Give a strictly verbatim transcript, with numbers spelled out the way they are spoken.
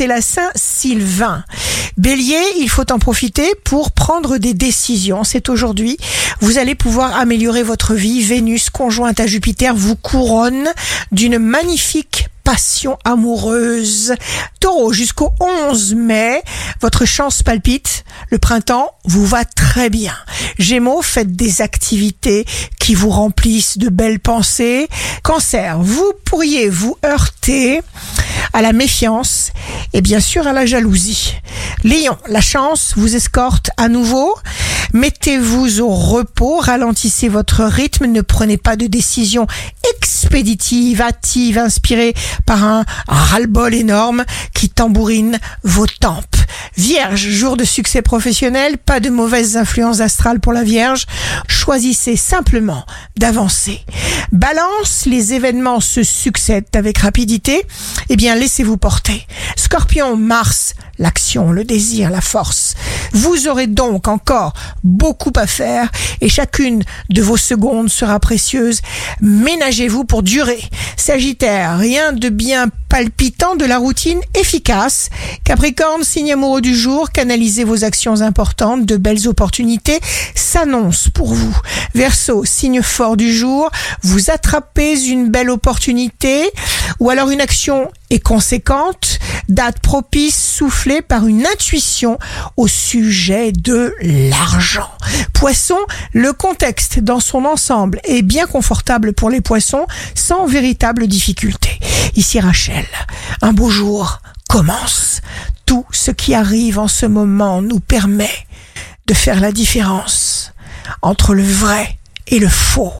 c'est la Saint-Sylvain. Bélier, il faut en profiter pour prendre des décisions. C'est aujourd'hui. Vous allez pouvoir améliorer votre vie. Vénus, conjointe à Jupiter, vous couronne d'une magnifique passion amoureuse. Taureau, jusqu'au onze mai, votre chance palpite. Le printemps vous va très bien. Gémeaux, faites des activités qui vous remplissent de belles pensées. Cancer, vous pourriez vous heurter à la méfiance et bien sûr à la jalousie. Lion, la chance vous escorte à nouveau. Mettez-vous au repos, ralentissez votre rythme, ne prenez pas de décisions expéditives, hâtives, inspirées par un ras-le-bol énorme qui tambourine vos tempes. Vierge, jour de succès professionnel, pas de mauvaises influences astrales pour la Vierge, choisissez simplement d'avancer. Balance, les événements se succèdent avec rapidité, eh bien laissez-vous porter. Scorpion, Mars, l'action, le désir, la force. Vous aurez donc encore beaucoup à faire et chacune de vos secondes sera précieuse. Ménagez-vous pour durer. Sagittaire, rien de bien palpitant, de la routine efficace. Capricorne, signe amoureux du jour, canalisez vos actions importantes, de belles opportunités s'annoncent pour vous. Verseau, signe fort du jour, vous attrapez une belle opportunité ou alors une action est conséquente, date propice soufflée par une intuition au sujet de l'argent. Poisson, le contexte dans son ensemble est bien confortable pour les poissons sans véritable difficulté. Ici Rachel, un beau jour commence. Tout ce qui arrive en ce moment nous permet de faire la différence entre le vrai et le faux.